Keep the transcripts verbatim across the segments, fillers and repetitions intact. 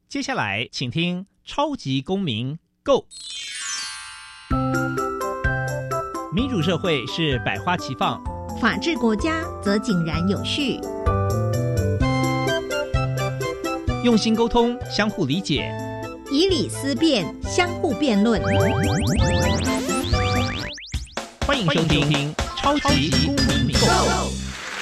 接下来请听超级公民 Go。 民主社会是百花齐放， 法治国家则井然有序。 用心沟通，相互理解， 以理思辨，相互辩论。 欢迎收听超级公民 Go。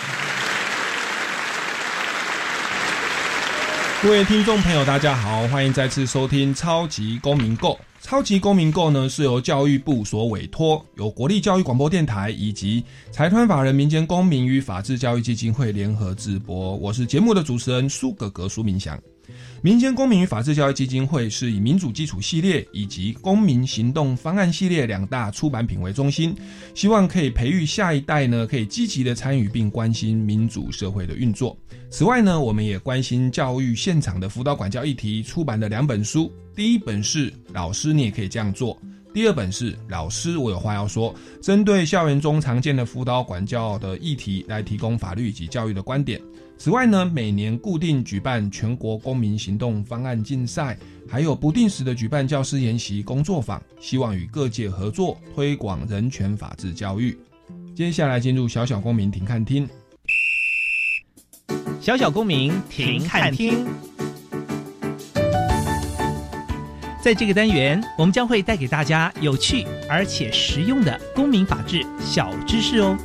各位听众朋友大家好，欢迎再次收听超级公民 Go。 超级公民 Go 呢是由教育部所委托，由国立教育广播电台以及财团法人民间公民与法治教育基金会联合制播。我是节目的主持人苏格格苏明祥。民间公民与法治教育基金会是以民主基础系列以及公民行动方案系列两大出版品为中心，希望可以培育下一代呢，可以积极的参与并关心民主社会的运作。此外呢，我们也关心教育现场的辅导管教议题，出版了两本书。第一本是老师你也可以这样做，第二本是老师我有话要说，针对校园中常见的辅导管教的议题来提供法律以及教育的观点。此外呢，每年固定举办全国公民行动方案竞赛，还有不定时的举办教师研习工作坊，希望与各界合作推广人权法治教育。接下来进入小小公民停看听。 小小公民停看听。在这个单元，我们将会带给大家有趣而且实用的公民法治小知识哦。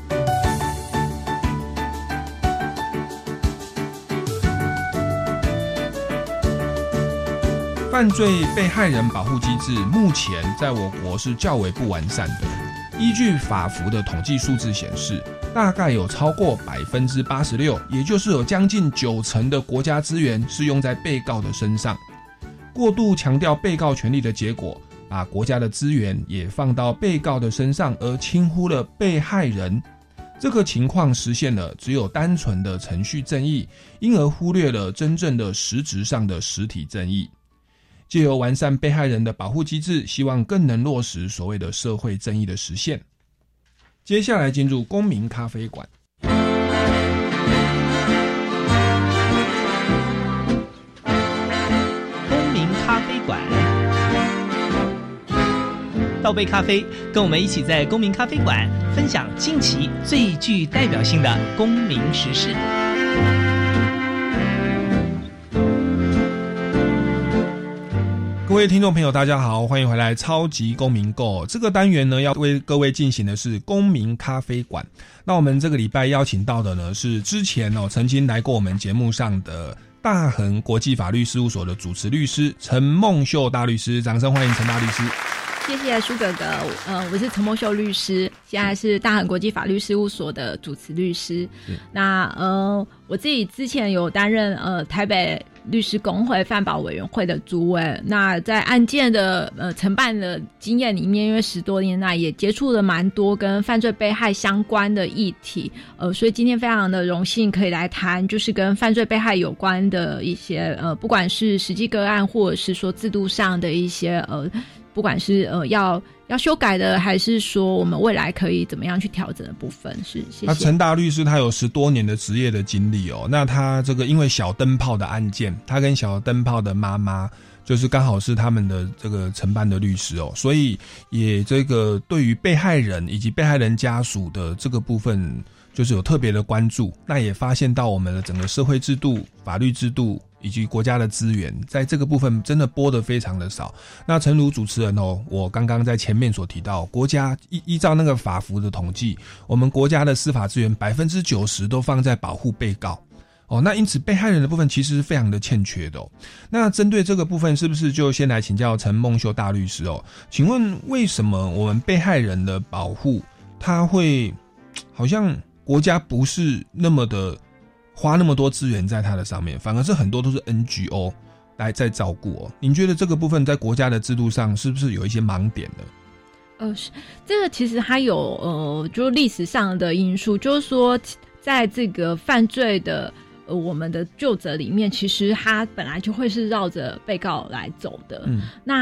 犯罪被害人保护机制目前在我国是较为不完善的。依据法服的统计数字显示，大概有超过百分之八十六，也就是有将近九成的国家资源是用在被告的身上。过度强调被告权利的结果，把国家的资源也放到被告的身上，而轻忽了被害人。这个情况实现了只有单纯的程序正义，因而忽略了真正的实质上的实体正义。藉由完善被害人的保护机制，希望更能落实所谓的社会正义的实现。接下来进入公民咖啡馆。 公民咖啡馆，倒杯咖啡，跟我们一起在公民咖啡馆分享近期最具代表性的公民时事。 各位听众朋友大家好，欢迎回来超级公民 Go。 这个单元呢，要为各位进行的是公民咖啡馆。那我们这个礼拜邀请到的呢，是之前哦曾经来过我们节目上的大恒国际法律事务所的主持律师陈梦秀大律师，掌声欢迎陈大律师。 谢谢苏哥哥，呃，我是陈梦秀律师，现在是大恒国际法律事务所的主持律师。那呃，我自己之前有担任呃台北律师公会犯保委员会的主委，那在案件的呃承办的经验里面，因为十多年来也接触了蛮多跟犯罪被害相关的议题，呃，所以今天非常的荣幸可以来谈，就是跟犯罪被害有关的一些呃，不管是实际个案，或者是说制度上的一些呃。不管是呃要要修改的，还是说我们未来可以怎么样去调整的部分，是谢谢。 那陈大律师他有十多年的职业的经历哦，那他这个因为小灯泡的案件，他跟小灯泡的妈妈就是刚好是他们的这个承办的律师哦，所以也这个对于被害人以及被害人家属的这个部分就是有特别的关注。那也发现到我们的整个社会制度、法律制度以及国家的资源在这个部分真的拨得非常的少。那诚如主持人哦，我刚刚在前面所提到，国家依依照那个法服的统计，我们国家的司法资源 百分之九十 都放在保护被告哦，那因此被害人的部分其实是非常的欠缺的哦。那针对这个部分，是不是就先来请教陈梦秀大律师哦？请问为什么我们被害人的保护，他会好像国家不是那么的花那么多资源在它的上面，反而是很多都是 N G O 来在照顾哦。您觉得这个部分在国家的制度上是不是有一些盲点呢？ 呃，这个其实它有呃，就是历史上的因素，就是说在这个犯罪的呃我们的究责里面，其实它本来就会是绕着被告来走的。嗯，那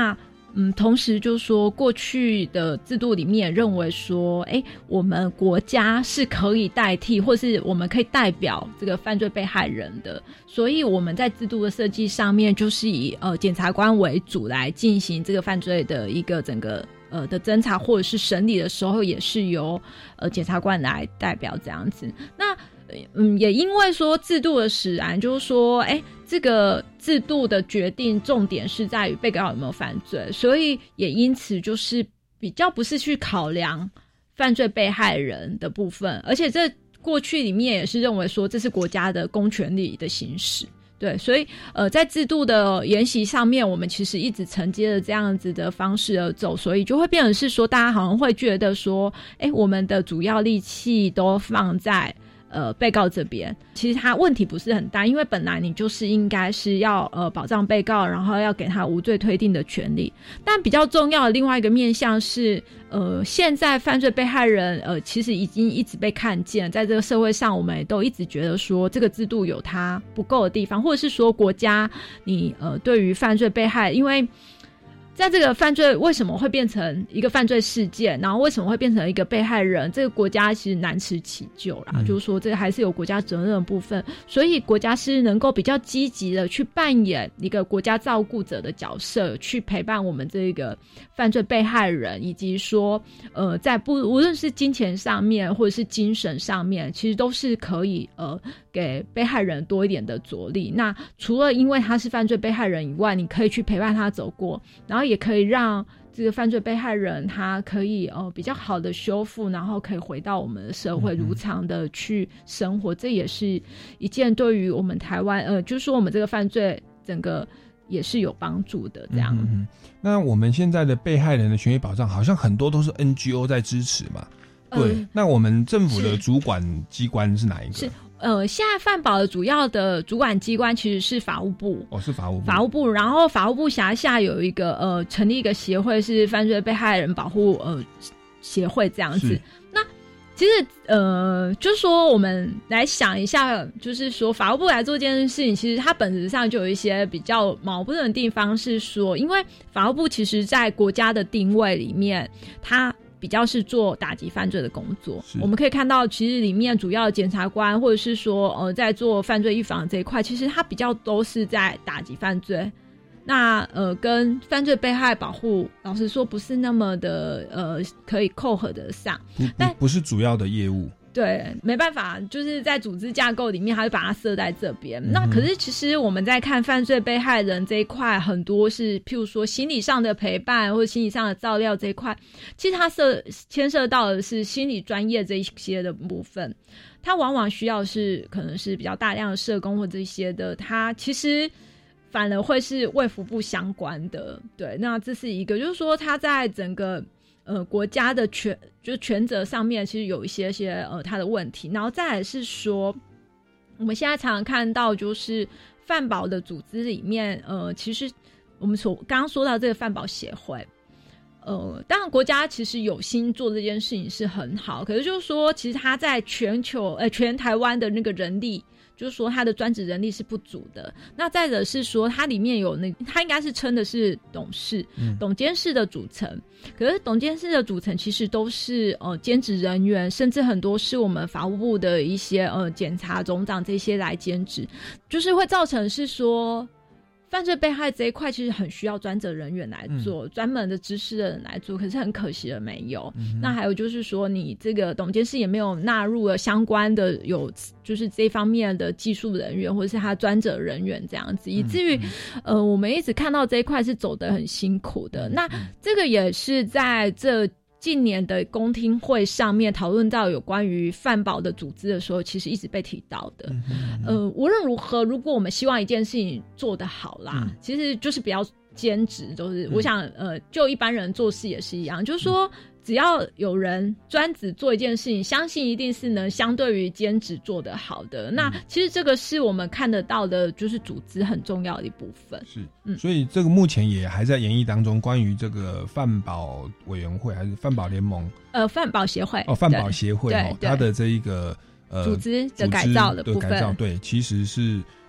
嗯，同时就说过去的制度里面认为说，哎，我们国家是可以代替，或是我们可以代表这个犯罪被害人的，所以我们在制度的设计上面就是以呃检察官为主来进行这个犯罪的一个整个呃的侦查或者是审理的时候，也是由呃检察官来代表这样子。那嗯，也因为说制度的使然，就是说，哎，这个制度的决定重点是在于被告有没有犯罪，所以也因此就是比较不是去考量犯罪被害人的部分，而且这过去里面也是认为说这是国家的公权力的行使。对，所以呃，在制度的研习上面，我们其实一直承接着这样子的方式而走，所以就会变成是说，大家好像会觉得说，哎，我们的主要力气都放在呃被告这边，其实他问题不是很大，因为本来你就是应该是要呃保障被告，然后要给他无罪推定的权利。但比较重要的另外一个面向是，呃，现在犯罪被害人呃其实已经一直被看见，在这个社会上，我们也都一直觉得说这个制度有它不够的地方，或者是说国家你呃对于犯罪被害，因为在这个犯罪为什么会变成一个犯罪事件，然后为什么会变成一个被害人，这个国家其实难辞其咎啦、嗯、就是说这个还是有国家责任的部分，所以国家是能够比较积极的去扮演一个国家照顾者的角色，去陪伴我们这个犯罪被害人，以及说呃在不无论是金钱上面或者是精神上面，其实都是可以呃给被害人多一点的着力。那除了因为他是犯罪被害人以外，你可以去陪伴他走过，然后也可以让这个犯罪被害人他可以呃比较好的修复，然后可以回到我们的社会如常的去生活、嗯、这也是一件对于我们台湾呃就是说我们这个犯罪整个也是有帮助的这样、嗯嗯、 那我们现在的被害人的权益保障好像很多都是 N G O 在支持嘛，对、嗯、那我们政府的主管机关是哪一个？ 是呃，现在犯保的主要的主管机关其实是法务部。 哦，是法务部。 法务部，然后法务部辖下有一个呃，成立一个协会，是犯罪被害人保护呃协会这样子。那其实呃，就是说我们来想一下，就是说法务部来做这件事情，其实它本质上就有一些比较矛盾的地方，是说，因为法务部其实在国家的定位里面，它比较是做打击犯罪的工作。我们可以看到其实里面主要的检察官或者是说呃在做犯罪预防这一块，其实他比较都是在打击犯罪，那呃跟犯罪被害保护老实说不是那么的呃可以扣合得上， 不不不是主要的业务。 对，没办法，就是在组织架构里面，他就把它设在这边、嗯。那可是其实我们在看犯罪被害人这一块，很多是譬如说心理上的陪伴或者心理上的照料这一块，其实它涉牵涉到的是心理专业这一些的部分，它往往需要是可能是比较大量的社工或这些的，它其实反而会是卫福部相关的。对，那这是一个，就是说它在整个呃国家的权就权责上面其实有一些些呃它的问题，然后再来是说我们现在常常看到就是犯保的组织里面呃其实我们所刚刚说到这个犯保协会，呃当然国家其实有心做这件事情是很好，可是就是说其实它在全球呃全台湾的那个人力，就是说它的专职人力是不足的。那再者是说它里面有那它应该是称的是董事、嗯、董监事的组成，可是董监事的组成其实都是呃兼职人员，甚至很多是我们法务部的一些呃检察总长这些来兼职，就是会造成是说犯罪被害这一块其实很需要专责人员来做，专、嗯、门的知识的人来做，可是很可惜的没有、嗯、那还有就是说你这个董监事也没有纳入了相关的有就是这方面的技术人员或者是他专责人员这样子，以至于、嗯、呃我们一直看到这一块是走得很辛苦的、嗯、那这个也是在这近年的公听会上面讨论到有关于犯保的组织的时候，其实一直被提到的、嗯嗯、呃，无论如何如果我们希望一件事情做得好啦、嗯、其实就是不要兼职，就是我想、嗯、呃，就一般人做事也是一样，就是说只要有人专职做一件事情，相信一定是能相对于兼职做得好的、嗯、那其实这个是我们看得到的就是组织很重要的一部分。 是、嗯、所以这个目前也还在研议当中，关于这个犯保委员会还是犯保联盟呃犯保协会哦犯保协会哦它的这一个呃组织的改造的部分， 改造对，其实是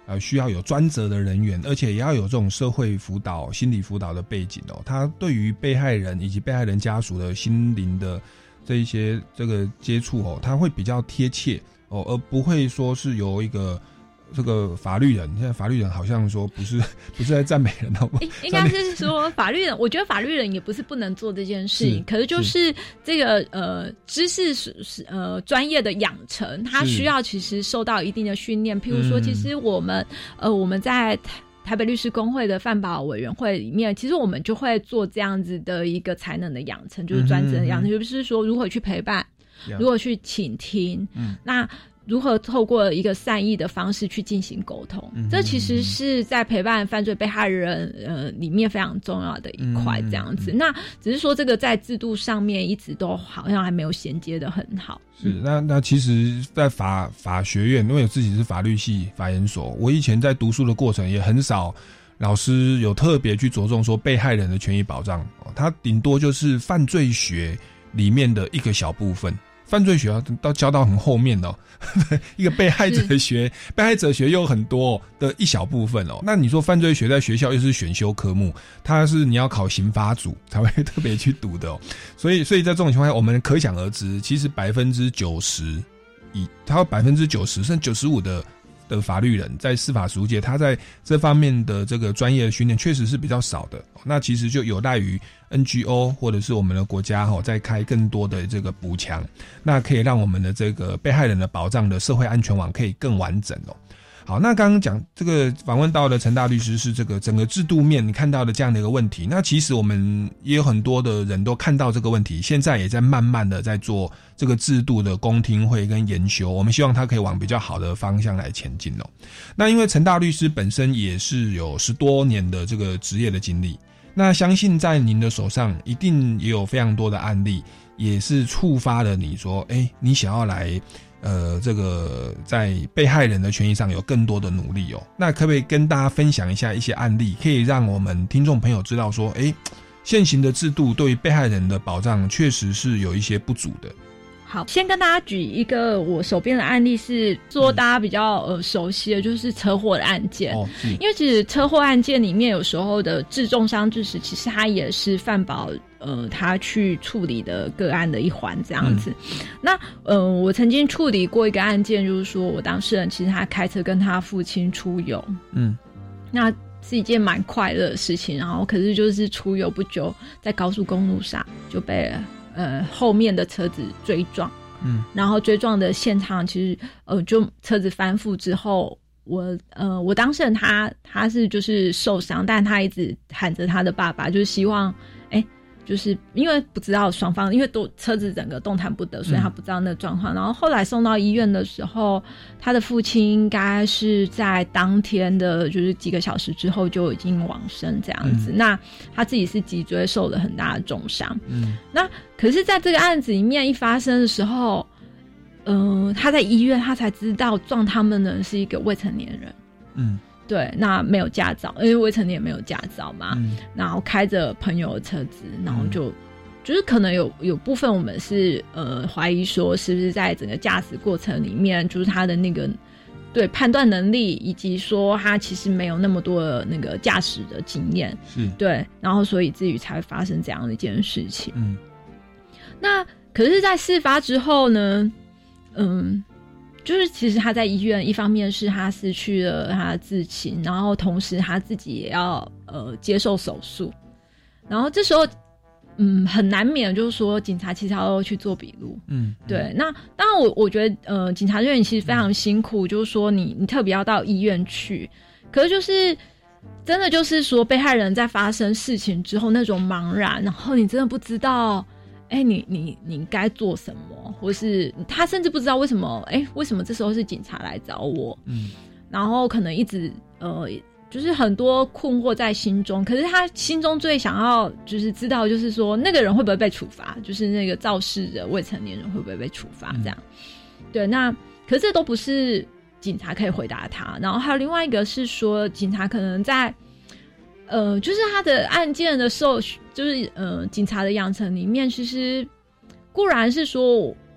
呃需要有专责的人员，而且也要有这种社会辅导、心理辅导的背景哦。他对于被害人以及被害人家属的心灵的这一些这个接触哦，他会比较贴切哦，而不会说是由一个。这个法律人，现在法律人好像说不是不是在赞美人，好不好？ 应该是说法律人，我觉得法律人也不是不能做这件事情， 是可是就是这个呃知识是呃专业的养成，它需要其实受到一定的训练。譬如说，其实我们、嗯、呃我们在台北律师公会的犯保委员会里面，其实我们就会做这样子的一个才能的养成，就是专职的养成，嗯、就是说如何去陪伴，嗯、如何去倾听，嗯、那。如何透过一个善意的方式去进行沟通，嗯、这其实是在陪伴犯罪被害人呃里面非常重要的一块这样子、嗯、那只是说这个在制度上面一直都好像还没有衔接的很好。 是那那其实在法法学院，因为我自己是法律系法研所，我以前在读书的过程也很少老师有特别去着重说被害人的权益保障，他顶多就是犯罪学里面的一个小部分，犯罪学要到教到很后面的、哦、一个被害者学，被害者学又很多的一小部分哦。那你说犯罪学在学校又是选修科目，它是你要考刑法组才会特别去读的哦。所以，所以在这种情况下，我们可想而知，其实百分之九十以，它有百分之九十甚至九十五的。的法律人在司法实务界，他在这方面的这个专业的训练确实是比较少的。那其实就有待于 N G O 或者是我们的国家齁，再开更多的这个补强，那可以让我们的这个被害人的保障的社会安全网可以更完整哦。好，那刚刚讲这个访问到的陈大律师是这个整个制度面你看到的这样的一个问题，那其实我们也有很多的人都看到这个问题，现在也在慢慢的在做这个制度的公听会跟研修，我们希望它可以往比较好的方向来前进哦。那因为陈大律师本身也是有十多年的这个职业的经历，那相信在您的手上一定也有非常多的案例，也是触发了你说，哎，你想要来呃，这个在被害人的权益上有更多的努力哦。那可不可以跟大家分享一下一些案例，可以让我们听众朋友知道说，诶，现行的制度对于被害人的保障确实是有一些不足的。 好，先跟大家举一个我手边的案例，是说大家比较呃熟悉的，就是车祸的案件。哦，因为其实车祸案件里面有时候的致重伤致死，其实它也是犯保呃他去处理的个案的一环这样子。嗯、那呃我曾经处理过一个案件，就是说我当事人其实他开车跟他父亲出游，嗯，那是一件蛮快乐的事情，然后可是就是出游不久，在高速公路上就被呃后面的车子追撞，嗯，然后追撞的现场其实呃就车子翻覆之后，我呃我当事人他他是就是受伤，但他一直喊着他的爸爸，就是希望哎。就是因为不知道双方，因为都车子整个动弹不得，所以他不知道那个状况、嗯。然后后来送到医院的时候，他的父亲应该是在当天的，就是几个小时之后就已经往生这样子。嗯、那他自己是脊椎受了很大的重伤。嗯，那可是在这个案子里面一发生的时候，嗯、呃，他在医院他才知道撞他们的人是一个未成年人。嗯。对，那没有驾照，因为未成年也没有驾照嘛，嗯、然后开着朋友的车子，然后就、嗯、就是可能有有部分我们是呃怀疑说是不是在整个驾驶过程里面，就是他的那个对判断能力，以及说他其实没有那么多的那个驾驶的经验，是对，然后所以至于才会发生这样的一件事情。嗯，那可是，在事发之后呢，嗯。就是其实他在医院，一方面是他失去了他的至亲，然后同时他自己也要呃接受手术，然后这时候嗯很难免就是说警察其实要去做笔录，嗯，对。那当然我我觉得呃警察人员其实非常辛苦，就是说你你特别要到医院去，可是就是真的就是说被害人在发生事情之后那种茫然，然后你真的不知道。哎、欸，你你你该做什么？或是他甚至不知道为什么？哎、欸，为什么这时候是警察来找我？嗯，然后可能一直呃，就是很多困惑在心中。可是他心中最想要就是知道，就是说那个人会不会被处罚？就是那个肇事的未成年人会不会被处罚？这样、嗯、对。那可是这都不是警察可以回答他。然后还有另外一个是说，警察可能在。呃，就是他的案件的受，就是呃，警察的养成里面，其实固然是说，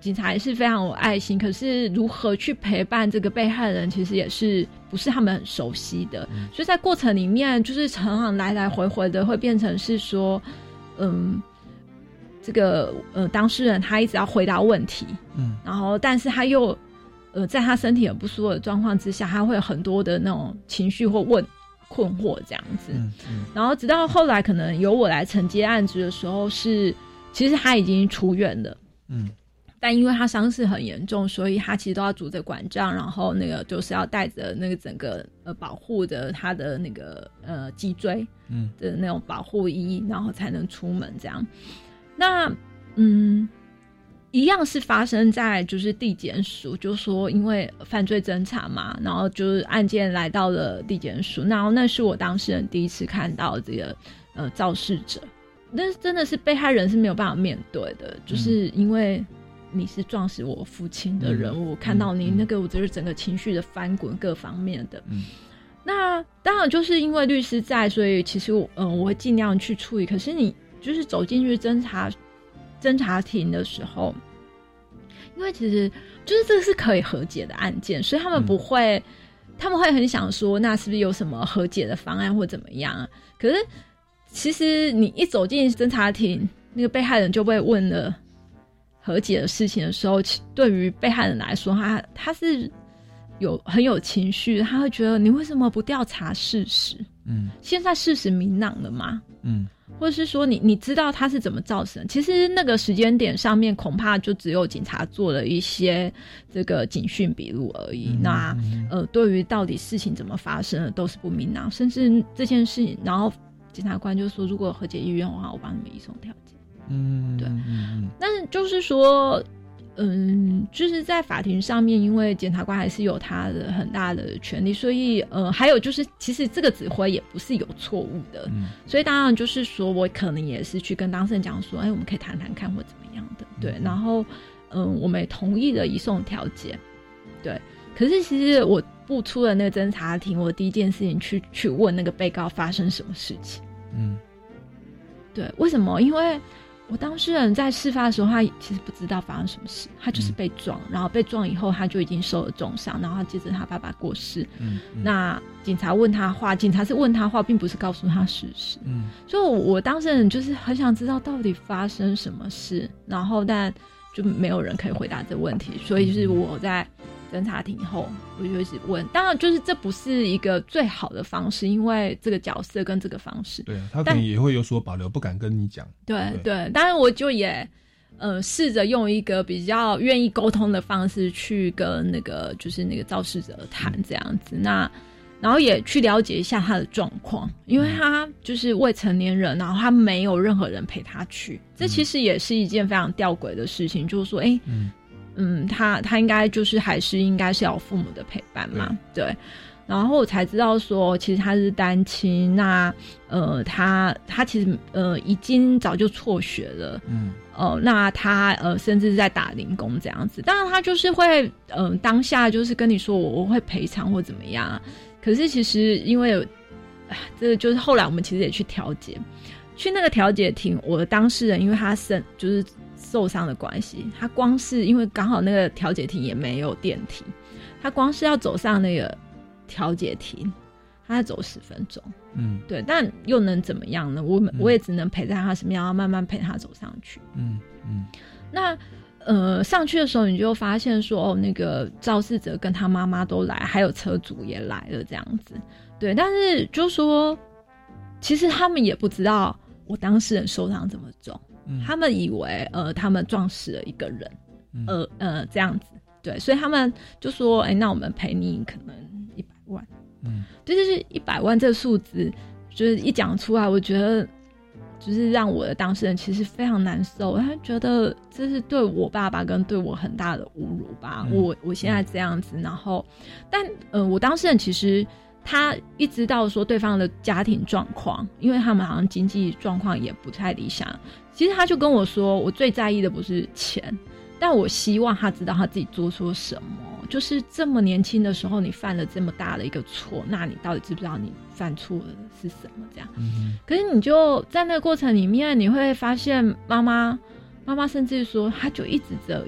警察也是非常有爱心，可是如何去陪伴这个被害人，其实也是不是他们很熟悉的，嗯、所以在过程里面，就是常常来来回回的会变成是说，嗯，这个呃当事人他一直要回答问题，嗯，然后但是他又呃在他身体很不舒服的状况之下，他会有很多的那种情绪或问困惑这样子，嗯嗯、然后直到后来可能由我来承接案子的时候是，其实他已经出院了，嗯。但因为他伤势很严重，所以他其实都要拄着拐杖，然后那个就是要带着那个整个呃保护着他的那个呃脊椎的那种保护衣，然后才能出门这样。那嗯，一样是发生在就是地检署，就是说因为犯罪侦查嘛，然后就是案件来到了地检署，然后那是我当事人第一次看到这个呃肇事者，那真的是被害人是没有办法面对的，就是因为。你是撞死我父亲的人物，嗯、看到你那个，我就是整个情绪的翻滚，各方面的。嗯，那当然就是因为律师在，所以其实我嗯、呃、我会尽量去处理。可是你就是走进去侦查侦查庭的时候，因为其实就是这是可以和解的案件，所以他们不会，嗯、他们会很想说，那是不是有什么和解的方案或怎么样啊？可是其实你一走进侦查庭，那个被害人就被问了。和解的事情的时候，对于被害人来说，他他是有很有情绪，他会觉得你为什么不调查事实？嗯，现在事实明朗了吗？嗯，或者是说你你知道他是怎么造成？其实那个时间点上面，恐怕就只有警察做了一些这个警讯笔录而已。嗯、那呃，对于到底事情怎么发生的，都是不明朗，甚至这件事情，然后检察官就说，如果有和解意愿的话，我帮你们移送调解。嗯，对，嗯，但是就是说，嗯，就是在法庭上面，因为检察官还是有他的很大的权利，所以呃，还有就是，其实这个指挥也不是有错误的，嗯，所以当然就是说我可能也是去跟当事人讲说，哎，我们可以谈谈看或怎么样的，对，嗯、然后嗯，我们也同意了移送调解，对，可是其实我步出了那个侦查庭，我第一件事情去去问那个被告发生什么事情，嗯，对，为什么？因为我当事人在事发的时候，他其实不知道发生什么事，他就是被撞，嗯、然后被撞以后他就已经受了重伤，然后接着他爸爸过世。嗯嗯、那警察问他话，警察是问他话，并不是告诉他事实。嗯，所以我，我当事人就是很想知道到底发生什么事，然后但就没有人可以回答这个问题，所以就是我在侦查庭后，我就一直问。当然，就是这不是一个最好的方式，因为这个角色跟这个方式， 对啊，他可能也会有所保留，不敢跟你讲。 对 对, 对，当然我就也呃试着用一个比较愿意沟通的方式去跟那个就是那个肇事者谈这样子。嗯、那然后也去了解一下他的状况，因为他就是未成年人，然后他没有任何人陪他去，这其实也是一件非常吊诡的事情，就是说，哎，嗯。嗯，他他应该就是还是应该是要有父母的陪伴嘛，对。对，然后我才知道说，其实他是单亲，那呃，他他其实呃已经早就辍学了，嗯，呃，那他呃甚至是在打零工这样子。当然，他就是会嗯、呃、当下就是跟你说我我会赔偿或怎么样，可是其实因为有，这个就是后来我们其实也去调解，去那个调解庭，我的当事人因为他生就是受伤的关系，他光是因为刚好那个调解庭也没有电梯，他光是要走上那个调解庭，他要走十分钟。嗯，对，但又能怎么样呢？我、嗯、我也只能陪在他身边，然后慢慢陪他走上去。嗯嗯，那呃上去的时候，你就发现说，哦，那个肇事者跟他妈妈都来，还有车主也来了，这样子。对，但是就说，其实他们也不知道我当事人受伤这么重。嗯、他们以为呃他们撞死了一个人，嗯、呃呃这样子，对，所以他们就说，哎，那我们赔你可能一百万，嗯，就是一百万这个数字，就是一讲出来，我觉得就是让我的当事人其实非常难受，他觉得这是对我爸爸跟对我很大的侮辱吧，嗯、我我现在这样子，然后，但呃我当事人其实。他一知道说对方的家庭状况，因为他们好像经济状况也不太理想，其实他就跟我说，我最在意的不是钱，但我希望他知道他自己做错什么，就是这么年轻的时候你犯了这么大的一个错，那你到底知不知道你犯错的是什么这样、嗯、可是你就在那个过程里面你会发现妈妈妈妈甚至说他就一直这样，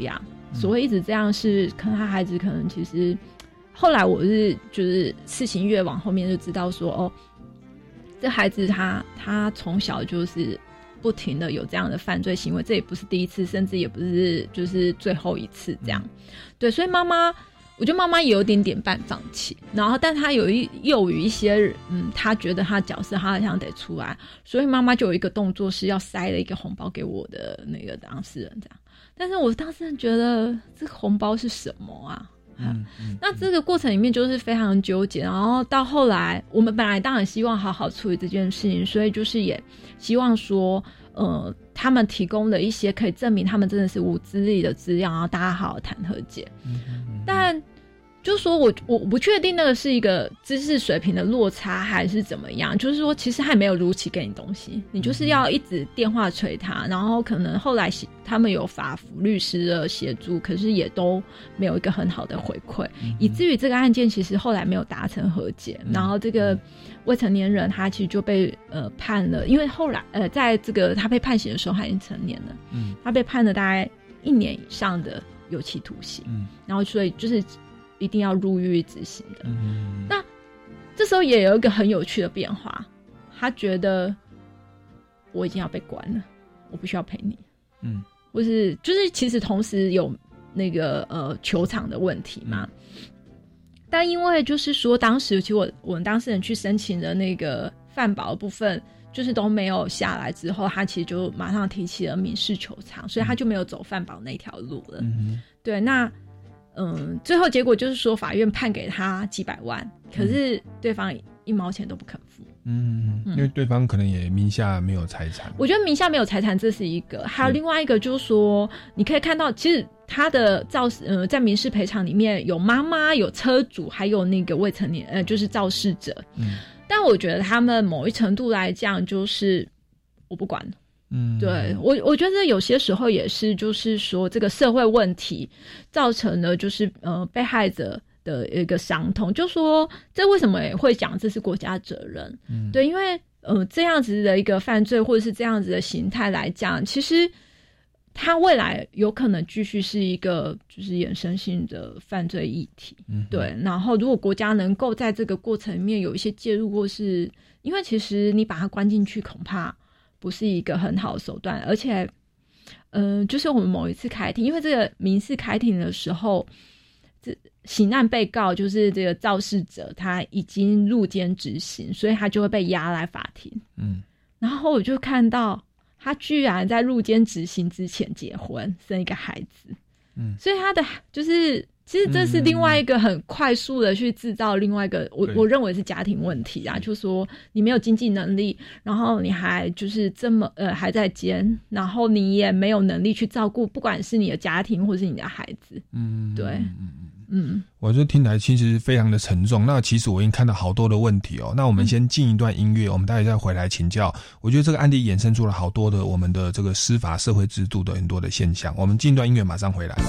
所谓一直这样是可能他孩子可能其实后来我是就是事情越往后面就知道说哦，这孩子他他从小就是不停的有这样的犯罪行为，这也不是第一次，甚至也不是就是最后一次这样。嗯、对，所以妈妈，我觉得妈妈也有点点半放弃，然后但她有一又有一些，嗯，她觉得她角色她好像得出来，所以妈妈就有一个动作是要塞了一个红包给我的那个当事人这样。但是我当事人觉得这个红包是什么啊？嗯嗯、那这个过程里面就是非常纠结，然后到后来我们本来当然希望好好处理这件事情，所以就是也希望说呃他们提供的一些可以证明他们真的是无资历的资料，然后大家好好谈和解。嗯嗯嗯、但就是说我我不确定那个是一个知识水平的落差还是怎么样，就是说其实还没有如期给你东西，你就是要一直电话催他，然后可能后来他们有法服律师的协助，可是也都没有一个很好的回馈，嗯、以至于这个案件其实后来没有达成和解，嗯、然后这个未成年人他其实就被呃判了，因为后来呃在这个他被判刑的时候他已经成年了，嗯、他被判了大概一年以上的有期徒刑，嗯、然后所以就是一定要入狱执行的。嗯、那这时候也有一个很有趣的变化，他觉得我已经要被关了，我不需要陪你。嗯，或是就是其实同时有那个呃球场的问题嘛。嗯、但因为就是说当时其实我我们当事人去申请的那个犯保的部分就是都没有下来之后，他其实就马上提起了民事求偿，所以他就没有走犯保那条路了。嗯、对，那嗯，最后结果就是说法院判给他几百万，可是对方一毛钱都不肯付。 嗯，因为对方可能也名下没有财产。 我觉得名下没有财产这是一个，还有另外一个就是说，你可以看到其实他的肇事呃在民事赔偿里面有妈妈、有车主，还有那个未成年呃就是肇事者。嗯，但我觉得他们某一程度来讲，就是我不管。嗯，对，我我觉得有些时候也是，就是说这个社会问题造成了就是呃被害者的一个伤痛，就说这为什么也会讲这是国家责任？嗯，对，因为呃这样子的一个犯罪或者是这样子的形态来讲，其实它未来有可能继续是一个就是衍生性的犯罪议题。嗯，对，然后如果国家能够在这个过程里面有一些介入，或是因为其实你把它关进去，恐怕不是一个很好的手段，而且，嗯、呃，就是我们某一次开庭，因为这个民事开庭的时候，这刑案被告就是这个肇事者，他已经入监执行，所以他就会被押来法庭。嗯，然后我就看到他居然在入监执行之前结婚，生一个孩子。嗯，所以他的就是。其实这是另外一个很快速的去制造另外一个，嗯、我我认为是家庭问题啊，就是说你没有经济能力，然后你还就是这么呃还在监，然后你也没有能力去照顾，不管是你的家庭或是你的孩子。嗯，对，嗯嗯， 我就听来其实非常的沉重。那其实我已经看到好多的问题哦。那我们先进一段音乐，嗯、我们待会再回来请教。我觉得这个案例衍生出了好多的我们的这个司法社会制度的很多的现象。我们进一段音乐，马上回来。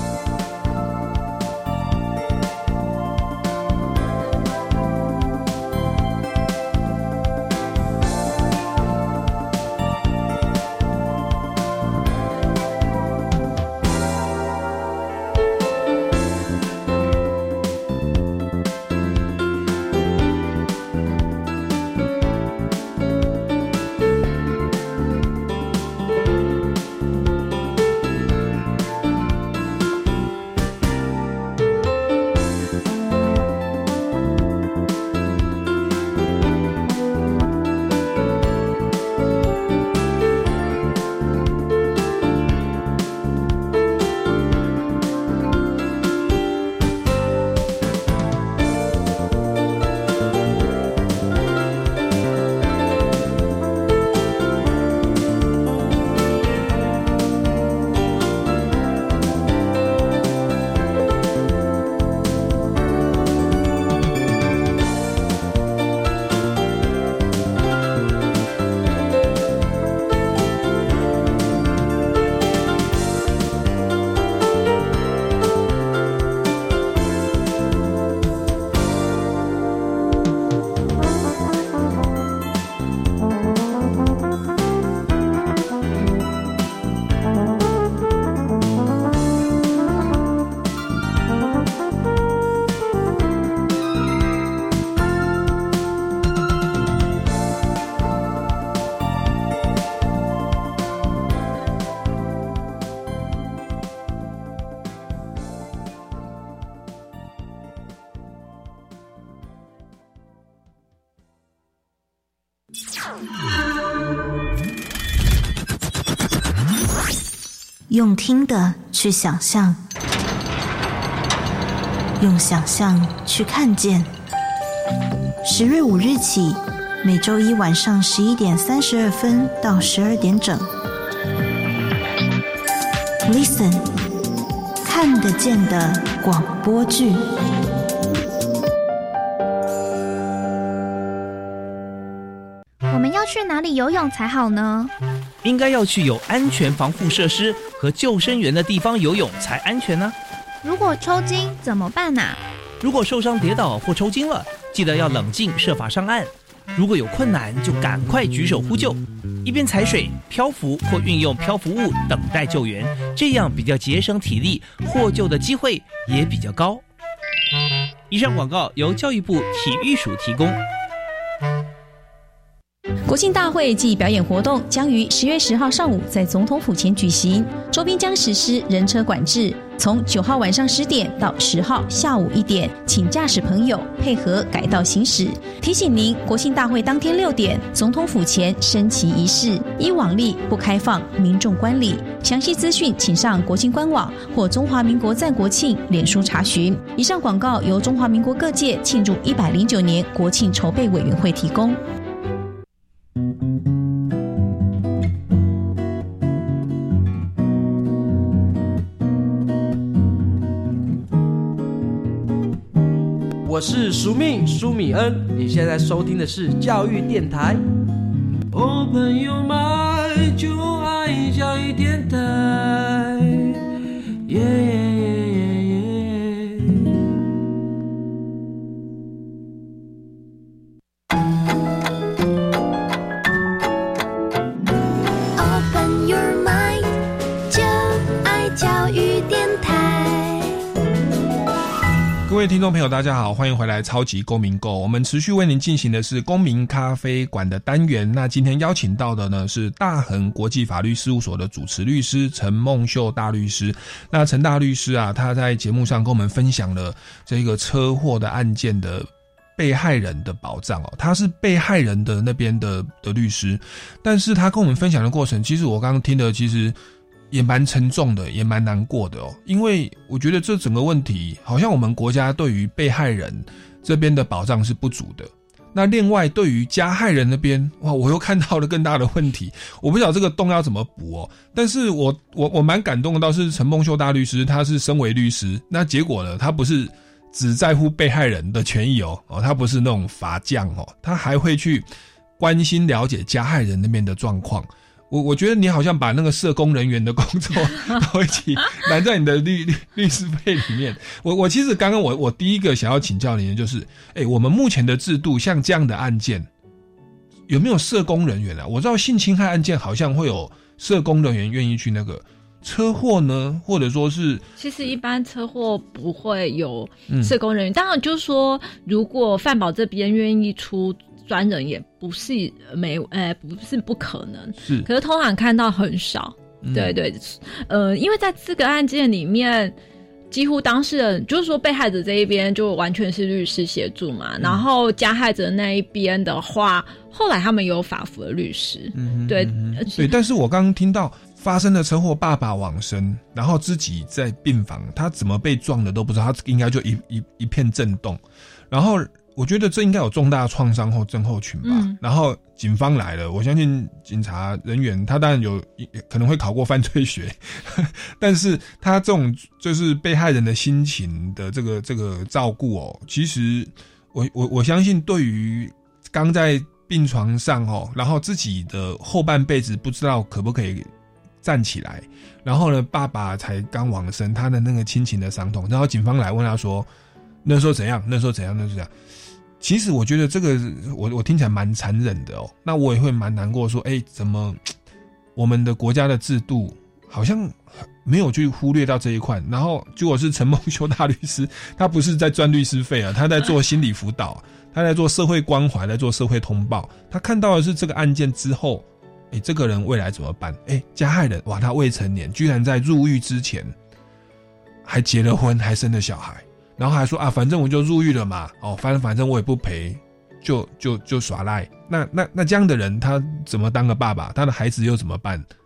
用听的去想象，用想象去看见。十月五日起，每周一晚上十一点三十二分到十二点整 ，Listen， 看得见的广播剧。 我们要去哪里游泳才好呢？ 应该要去有安全防护设施和救生员的地方游泳才安全呢。 如果抽筋怎么办啊？ 如果受伤跌倒或抽筋了，记得要冷静设法上岸。如果有困难，就赶快举手呼救，一边踩水、漂浮或运用漂浮物等待救援，这样比较节省体力，获救的机会也比较高。以上广告由教育部体育署提供。 国庆大会暨表演活动将于十月十号上午在总统府前举行，周边将实施人车管制，从九号晚上十点到十号下午一点，请驾驶朋友配合改道行驶。提醒您，国庆大会当天六点，总统府前升旗仪式，依往例不开放民众观礼。详细资讯请上国庆官网或中华民国赞国庆脸书查询。以上广告由中华民国各界庆祝一百零九年国庆筹备委员会提供。 我是苏命苏米恩，你现在收听的是教育电台。Open your mind， 就爱教育电台。耶耶耶耶耶。 Open your mind， 就爱教育电台。 各位听众朋友大家好，欢迎回来超级公民购。我们持续为您进行的是公民咖啡馆的单元。那今天邀请到的呢是大恒国际法律事务所的主持律师陈梦秀大律师。那陈大律师啊，他在节目上跟我们分享了这个车祸的案件的被害人的保障哦，他是被害人的那边的的律师，但是他跟我们分享的过程，其实我刚刚听的其实也蛮沉重的，也蛮难过的哦。因为我觉得这整个问题，好像我们国家对于被害人这边的保障是不足的。那另外对于加害人那边，哇，我又看到了更大的问题。我不晓得这个洞要怎么补哦。但是我我我蛮感动的，倒是陈梦秀大律师，他是身为律师，那结果呢，他不是只在乎被害人的权益哦，哦，他不是那种法将哦，他还会去关心了解加害人那边的状况。我我觉得你好像把那个社工人员的工作都一起揽在你的律律律师费里面。我我其实刚刚我我第一个想要请教你的就是，哎，我们目前的制度像这样的案件，有没有社工人员啊？我知道性侵害案件好像会有社工人员愿意去那个。车祸呢，或者说是， 其实一般车祸不会有社工人员，嗯、当然就是说，如果犯保这边愿意出专人，也不是没，呃，不是不可能，是，可是通常看到很少，嗯、对对，呃，因为在这个案件里面。几乎当事人就是说被害者这一边就完全是律师协助嘛，嗯、然后加害者那一边的话，后来他们有法服的律师，嗯、对、嗯、 对。但是我刚刚听到发生了车祸，爸爸往生，然后自己在病房，他怎么被撞的都不知道，他应该就一一一片震动，然后。我觉得这应该有重大创伤后症候群吧、嗯、然后警方来了，我相信警察人员他当然有可能会考过犯罪学但是他这种就是被害人的心情的这个这个照顾哦，其实我我我相信对于刚在病床上哦，然后自己的后半辈子不知道可不可以站起来，然后呢爸爸才刚往生，他的那个亲情的伤痛，然后警方来问他说那时候怎样那时候怎样那时候怎样，其实我觉得这个我我听起来蛮残忍的哦，那我也会蛮难过说，哎，怎么我们的国家的制度好像没有去忽略到这一块，然后结果是陈梦秀大律师，他不是在赚律师费啊，他在做心理辅导，他在做社会关怀，在做社会通报，他看到的是这个案件之后，哎，这个人未来怎么办？哎，加害人哇，他未成年，居然在入狱之前还结了婚，还生了小孩。然后还说啊，反正我就入狱了嘛，哦，反正反正我也不赔，就就就耍赖。那那那这样的人，他怎么当个爸爸？他的孩子又怎么办？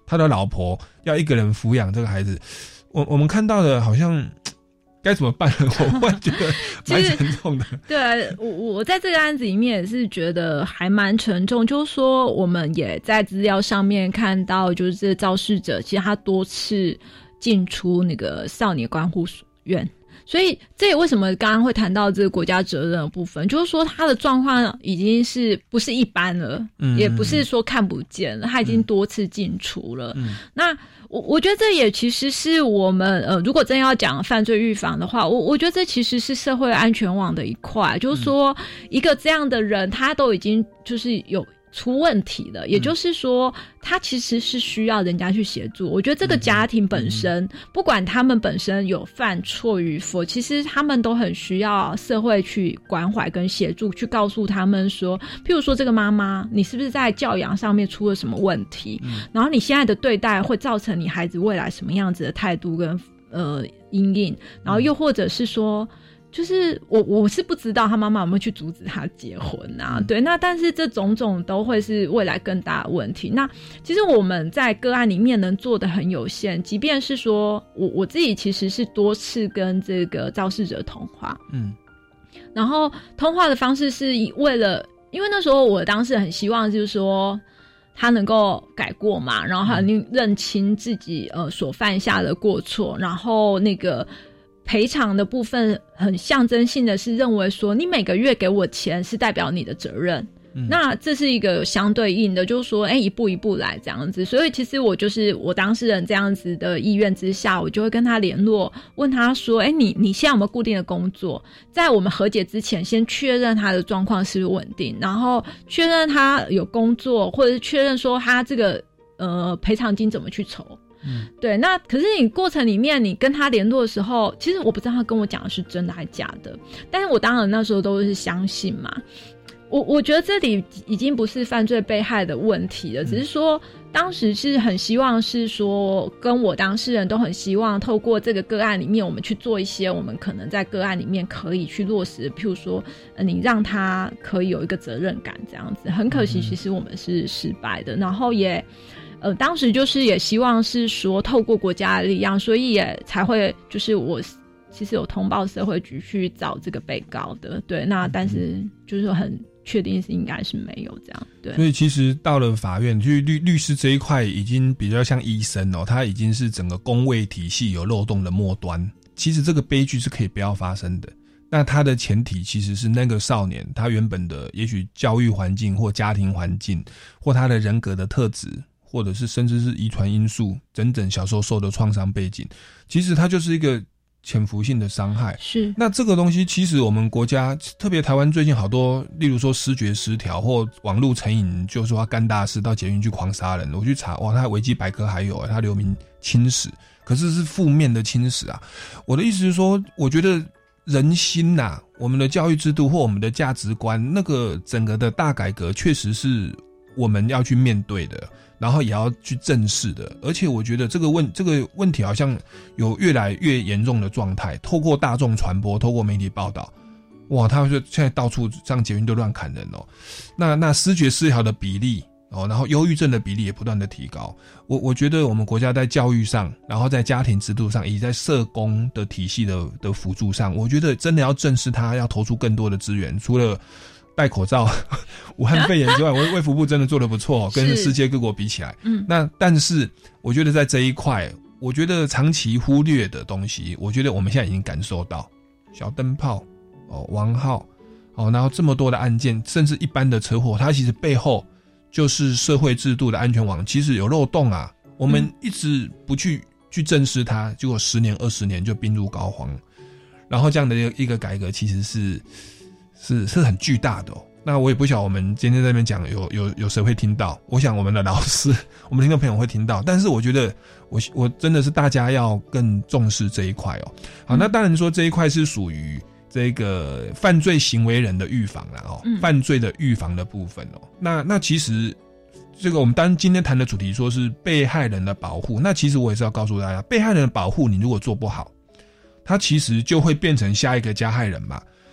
他的老婆要一个人抚养这个孩子，我我们看到的好像该怎么办呢？我会觉得蛮沉重的。 对，我我在这个案子里面也是觉得还蛮沉重，就是说我们也在资料上面看到，就是这肇事者其实他多次进出那个少年观护院。所以这也为什么刚刚会谈到这个国家责任的部分，就是说他的状况已经是不是一般了，嗯，也不是说看不见了，他已经多次进出了。嗯，那我我觉得这也其实是我们呃，如果真要讲犯罪预防的话，我我觉得这其实是社会安全网的一块，就是说一个这样的人，他都已经就是有出问题了，也就是说他其实是需要人家去协助。我觉得这个家庭本身、嗯、不管他们本身有犯错与否，其实他们都很需要社会去关怀跟协助，去告诉他们说，譬如说这个妈妈你是不是在教养上面出了什么问题、嗯、然后你现在的对待会造成你孩子未来什么样子的态度跟呃阴影，然后又或者是说就是我我是不知道他妈妈有没有去阻止他结婚啊、嗯、对，那但是这种种都会是未来更大的问题。那其实我们在个案里面能做的很有限，即便是说我我自己其实是多次跟这个肇事者通话，嗯，然后通话的方式是为了，因为那时候我当时很希望就是说他能够改过嘛，然后他能认清自己呃所犯下的过错，然后那个赔偿的部分很象征性的是认为说你每个月给我钱是代表你的责任、嗯、那这是一个相对应的，就是说哎、欸，一步一步来这样子。所以其实我就是我当事人这样子的意愿之下，我就会跟他联络，问他说哎、欸，你你现在有没有固定的工作，在我们和解之前先确认他的状况是不是稳定，然后确认他有工作，或者是确认说他这个呃赔偿金怎么去筹。嗯，对，那可是你过程里面你跟他联络的时候，其实我不知道他跟我讲的是真的还是假的，但是我当然那时候都是相信嘛。我我觉得这里已经不是犯罪被害的问题了，只是说当时是很希望是说跟我当事人都很希望透过这个个案里面我们去做一些我们可能在个案里面可以去落实，譬如说、呃、你让他可以有一个责任感这样子。很可惜其实我们是失败的，然后也呃，当时就是也希望是说透过国家的力量，所以也才会就是我其实有通报社会局去找这个被告的，对，那但是就是很确定是应该是没有这样，对。 所以其实到了法院，就是律律师这一块已经比较像医生哦，他已经是整个公卫体系有漏洞的末端。其实这个悲剧是可以不要发生的。那他的前提其实是那个少年他原本的也许教育环境或家庭环境或他的人格的特质，或者是甚至是遗传因素，整整小时候受的创伤背景，其实它就是一个潜伏性的伤害。 是， 那这个东西其实我们国家，特别台湾最近好多，例如说思觉失调或网络成瘾，就说他干大事到捷运去狂杀人，我去查，哇，他维基百科还有他留名侵蚀，可是是负面的侵蚀啊。我的意思是说，我觉得人心呐、啊，我们的教育制度或我们的价值观，那个整个的大改革，确实是我们要去面对的。然后也要去正视的，而且我觉得这个问这个问题好像有越来越严重的状态。透过大众传播，透过媒体报道，哇，他说现在到处上捷运都乱砍人哦。那那思觉失调的比例哦，然后忧郁症的比例也不断的提高。我我觉得我们国家在教育上，然后在家庭制度上，以及在社工的体系的的辅助上，我觉得真的要正视它，要投出更多的资源，除了戴口罩武汉肺炎之外，卫福部真的做得不错，跟世界各国比起来。嗯，那但是我觉得在这一块，我觉得长期忽略的东西，我觉得我们现在已经感受到，小灯泡哦，王浩哦，然后这么多的案件，甚至一般的车祸，它其实背后就是社会制度的安全网其实有漏洞啊。我们一直不去去正视它，结果十年二十年就病入膏肓，然后这样的一个改革其实是。是是很巨大的哦。那我也不晓得我们今天在那边讲有有有谁会听到，我想我们的老师我们听众朋友会听到，但是我觉得我我真的是大家要更重视这一块哦。好，那当然说这一块是属于这个犯罪行为人的预防啦哦、嗯，犯罪的预防的部分哦。那那其实这个我们当今天谈的主题说是被害人的保护，那其实我也是要告诉大家，被害人的保护你如果做不好，他其实就会变成下一个加害人嘛。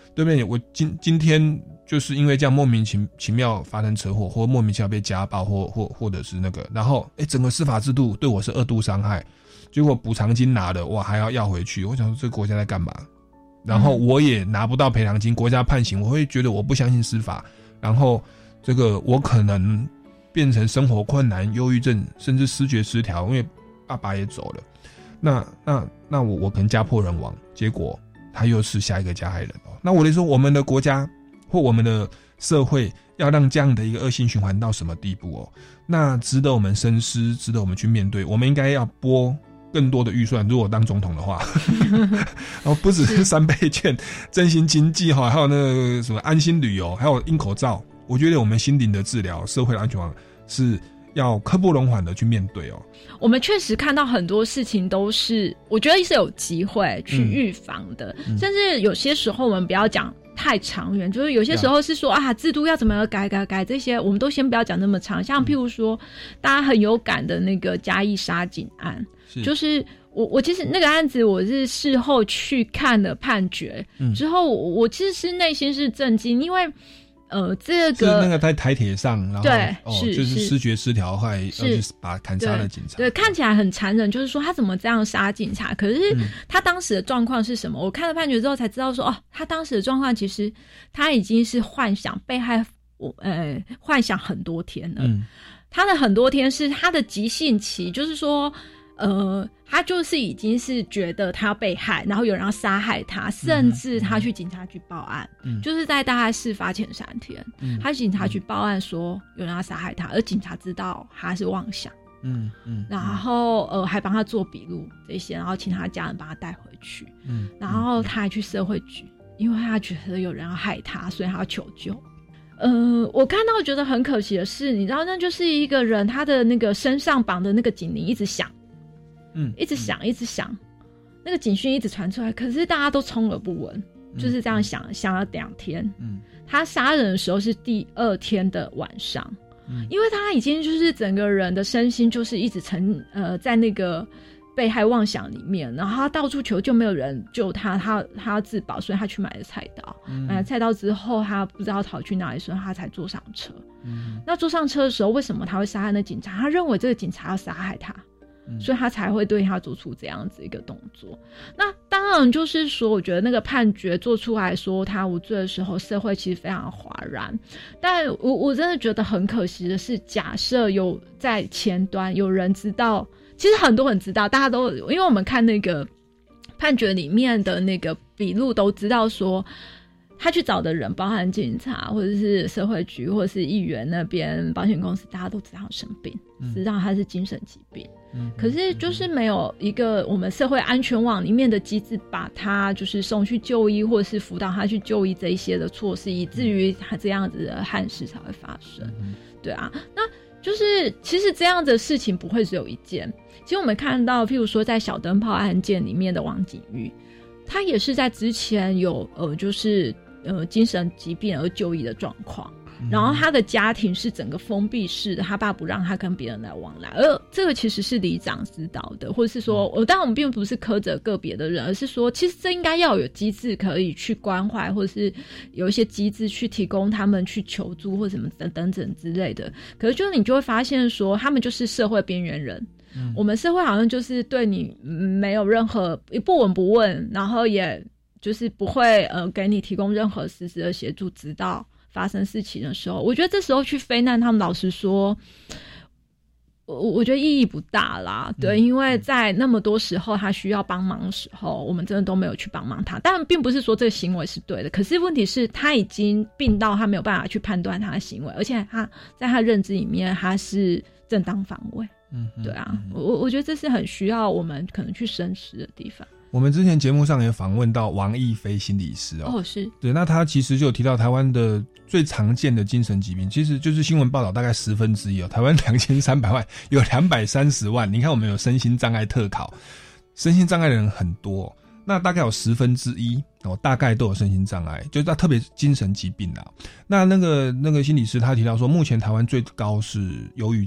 对不对？我今今天就是因为这样莫名其其妙发生车祸，或莫名其妙被家暴，或或或者是那个，然后哎，整个司法制度对我是二度伤害，结果补偿金拿了，哇，还要要回去，我想说这个国家在干嘛？然后我也拿不到赔偿金，国家判刑，我会觉得我不相信司法，然后这个我可能变成生活困难、忧郁症，甚至思觉失调，因为爸爸也走了，那那那我我可能家破人亡，结果他又是下一个加害人哦。那我得说，我们的国家或我们的社会要让这样的一个恶性循环到什么地步哦？那值得我们深思，值得我们去面对。我们应该要拨更多的预算，如果当总统的话，然后不只是三倍券、振兴经济哈，还有那个什么安心旅游，还有印口罩。我觉得我们心灵的治疗、社会的安全网是要刻不容缓的去面对哦。 我们确实看到很多事情都是，我觉得是有机会去预防的，嗯、甚至有些时候我们不要讲太长远，就是有些时候是说啊，制度要怎么改改改，这些我们都先不要讲那么长。像譬如说，大家很有感的那个嘉义杀警案，是就是我我其实那个案子我是事后去看了判决、嗯、之后，我其实是内心是震惊，因为呃这个是那个在台铁上，然后对、 哦、 是就是思觉失调，还要去把砍杀了警察， 对，看起来很残忍，就是说他怎么这样杀警察？可是他当时的状况是什么？我看了判决之后才知道说，哦，他当时的状况其实他已经是幻想被害，呃，幻想很多天了。嗯，他的很多天是他的急性期，就是说。呃，他就是已经是觉得他要被害，然后有人要杀害他，甚至他去警察局报案，嗯、就是在大概事发前三天，嗯、他去警察局报案说有人要杀害他，而警察知道他是妄想，嗯嗯，然后呃还帮他做笔录这些，然后请他家人把他带回去，嗯，然后他还去社会局，因为他觉得有人要害他，所以他要求救。呃，我看到觉得很可惜的是，你知道，那就是一个人他的那个身上绑的那个警铃一直响。嗯，一直响，一直响，那个警讯一直传出来，可是大家都充耳不闻，嗯、就是这样想，想了两天。嗯，他杀人的时候是第二天的晚上，嗯、因为他已经就是整个人的身心就是一直沉呃在那个被害妄想里面，然后他到处求救，没有人救他，他他要自保，所以他去买了菜刀。嗯、买了菜刀之后，他不知道逃去哪里，所以他才坐上车。嗯，那坐上车的时候，为什么他会杀害那警察？他认为这个警察要杀害他。所以他才会对他做出这样子一个动作。那当然就是说，我觉得那个判决做出来说他无罪的时候，社会其实非常哗然。但我我真的觉得很可惜的是，假设有在前端有人知道，其实很多人知道，大家都因为我们看那个判决里面的那个笔录都知道说，他去找的人，包含警察或者是社会局或者是议员那边、保险公司，大家都知道他生病，嗯、知道他是精神疾病。嗯、可是就是没有一个我们社会安全网里面的机制，把他就是送去就医，或者是辅导他去就医这一些的措施，以至于他这样子的憾事才会发生。嗯、对啊，那就是其实这样的事情不会只有一件。其实我们看到，譬如说在小灯泡案件里面的王景玉，他也是在之前有呃就是呃精神疾病而就医的状况。然后他的家庭是整个封闭式的，他爸不让他跟别人来往来，而这个其实是里长知道的，或者是说，我当然我们并不是苛责个别的人，而是说，其实这应该要有机制可以去关怀，或者是有一些机制去提供他们去求助或什么等等等之类的。可是就是你就会发现说，他们就是社会边缘人。嗯、我们社会好像就是对你没有任何不闻不问，然后也就是不会呃给你提供任何实质的协助，直到发生事情的时候，我觉得这时候去非难他们，老实说，我我觉得意义不大啦。对，嗯、因为在那么多时候他需要帮忙的时候，我们真的都没有去帮忙他。当然，并不是说这个行为是对的，可是问题是他已经病到他没有办法去判断他的行为，而且他在他认知里面他是正当防卫。嗯，对啊，嗯、我我觉得这是很需要我们可能去深思的地方。 我们之前节目上也访问到王亦菲心理师哦， 哦是， 对，那他其实就有提到台湾的最常见的精神疾病，其实就是新闻报道大概十分之一哦，台湾两千三百万有两百三十万，你看我们有身心障碍特考，身心障碍的人很多，那大概有十分之一哦，大概都有身心障碍，就是特别精神疾病啊。那那个那个心理师他提到说，目前台湾最高是忧郁症。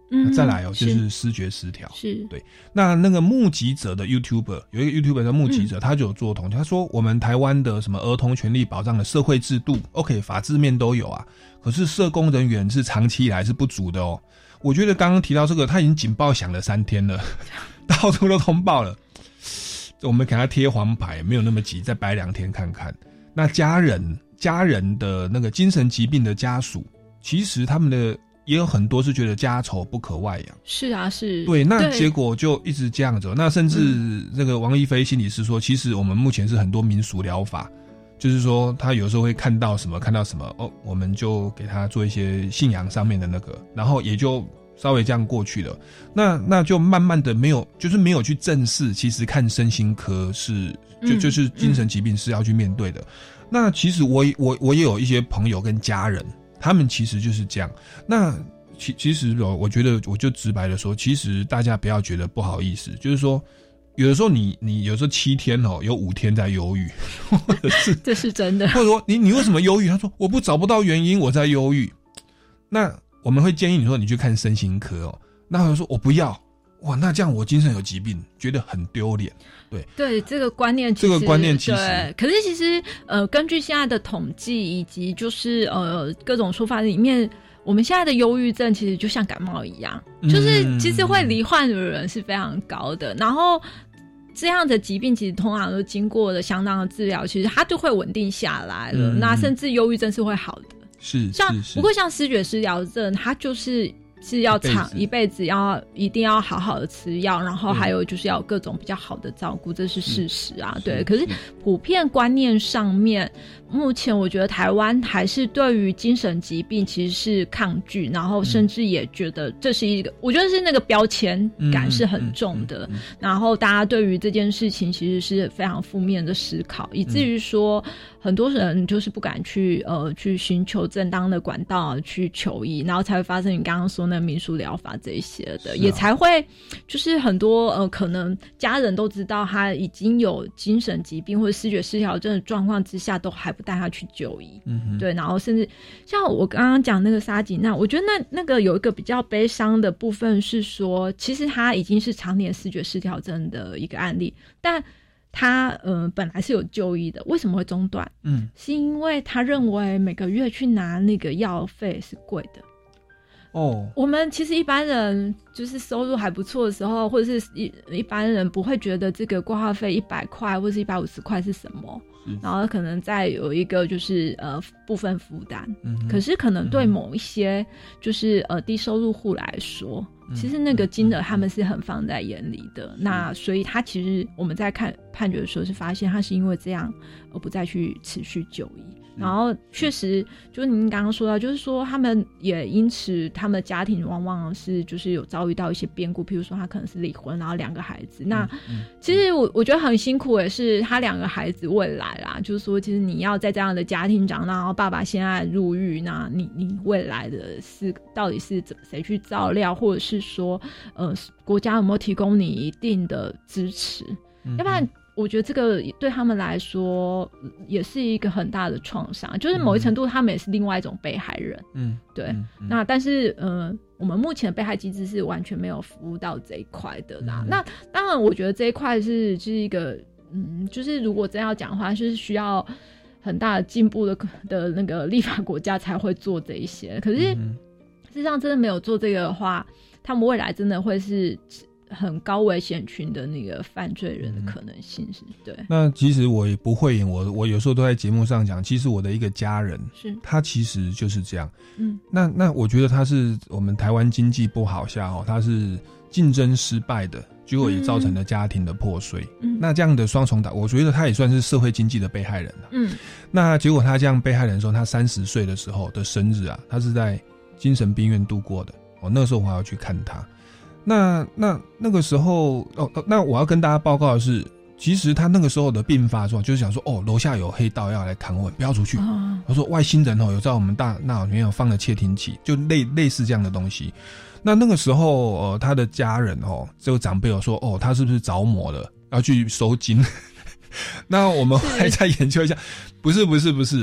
嗯， 再来哦，就是思觉失调。 是， 对。那那个目击者的 YouTuber 有一个 YouTuber 叫目击者，嗯、他就有做统计，他说我们台湾的什么儿童权利保障的社会制度 ，OK， 法制面都有啊，可是社工人员是长期以来是不足的哦。我觉得刚刚提到这个，他已经警报响了三天了，到处都通报了。我们给他贴黄牌，没有那么急，再摆两天看看。那家人家人的那个精神疾病的家属，其实他们的也有很多是觉得家丑不可外扬。 是啊，是。 对，那结果就一直这样子。那甚至那个王一飞心理师说，其实我们目前是很多民俗疗法，就是说他有时候会看到什么看到什么哦，我们就给他做一些信仰上面的那个，然后也就稍微这样过去了。那那就慢慢的没有，就是没有去正视，其实看身心科是就就是精神疾病是要去面对的。嗯嗯、那其实我我我也有一些朋友跟家人，他们其实就是这样。那其其实哦，我觉得我就直白的说，其实大家不要觉得不好意思，就是说。有的时候你你有时候七天哦，有五天在忧郁，或者是这是真的， 或者说你你为什么忧郁？他说我不找不到原因，我在忧郁。那我们会建议你说你去看身心科哦。那他说我不要，哇，那这样我精神有疾病，觉得很丢脸。对对，这个观念其实， 这个观念其实， 对。可是其实呃，根据现在的统计以及就是呃各种说法里面。我们现在的忧郁症其实就像感冒一样，就是其实会罹患的人是非常高的，然后这样的疾病其实通常都经过了相当的治疗，其实它就会稳定下来了，嗯、那甚至忧郁症是会好的。 是， 像是是不过像思觉失调症，它就是是要长一辈子要一定要好好的吃药，然后还有就是要有各种比较好的照顾，这是事实啊。对，可是普遍观念上面。目前我觉得台湾还是对于精神疾病其实是抗拒，然后甚至也觉得这是一个，嗯、我觉得是那个标签感是很重的，嗯嗯嗯嗯、然后大家对于这件事情其实是非常负面的思考，以至于说很多人就是不敢去呃去寻求正当的管道去求医，然后才会发生你刚刚说那民俗疗法这一些的，啊、也才会就是很多呃可能家人都知道他已经有精神疾病或者思觉失调症的状况之下，都还不带他去就医，嗯，对，然后甚至像我刚刚讲那个沙吉娜，我觉得那那个有一个比较悲伤的部分是说，其实他已经是常年思觉失调症的一个案例，但他呃本来是有就医的，为什么会中断？嗯，是因为他认为每个月去拿那个药费是贵的。哦，我们其实一般人就是收入还不错的时候，或者是一一般人不会觉得这个挂号费一百块或是一百五十块是什么，然后可能再有一个就是呃部分负担。嗯，可是可能对某一些就是呃低收入户来说，其实那个金额他们是很放在眼里的。嗯、那所以他其实我们在看判决的时候是发现他是因为这样而不再去持续就医。然后确实就是您刚刚说到，就是说他们也因此他们的家庭往往是就是有遭遇到一些变故，譬如说他可能是离婚，然后两个孩子。那其实我我觉得很辛苦，也是他两个孩子未来啦，就是说其实你要在这样的家庭长大，然后爸爸现在入狱，那你你未来的是到底是怎谁去照料，或者是说呃国家有没有提供你一定的支持？嗯、要不然。我觉得这个对他们来说也是一个很大的创伤，就是某一程度他们也是另外一种被害人。嗯，对。嗯嗯、那但是呃，我们目前的被害机制是完全没有服务到这一块的啦。嗯、那当然，我觉得这一块是是一个嗯，就是如果真要讲的话，是需要很大的进步的的那个立法国家才会做这一些。可是、嗯、事实上真的没有做这个的话，他们未来真的会是。很高危险群的那个犯罪人的可能性是、嗯、对。那其实我也不会演，我我有时候都在节目上讲，其实我的一个家人是他其实就是这样。嗯，那那我觉得他是我们台湾经济不好下哦，他是竞争失败的，结果也造成了家庭的破碎。嗯，那这样的双重打，我觉得他也算是社会经济的被害人了。嗯，那结果他这样被害人的时候，他三十岁的时候的生日啊，他是在精神病院度过的。哦，那个时候我还要去看他。那那那个时候哦，那我要跟大家报告的是，其实他那个时候的病发状就是想说，哦，楼下有黑道要来砍我，不要出去。哦、他说外星人哦有在我们大脑里面有放了窃听器，就类类似这样的东西。那那个时候呃，他的家人哦，这个长辈有说，哦，他是不是着魔了，要去收金？那我们还在研究一下，不是不是不是哦。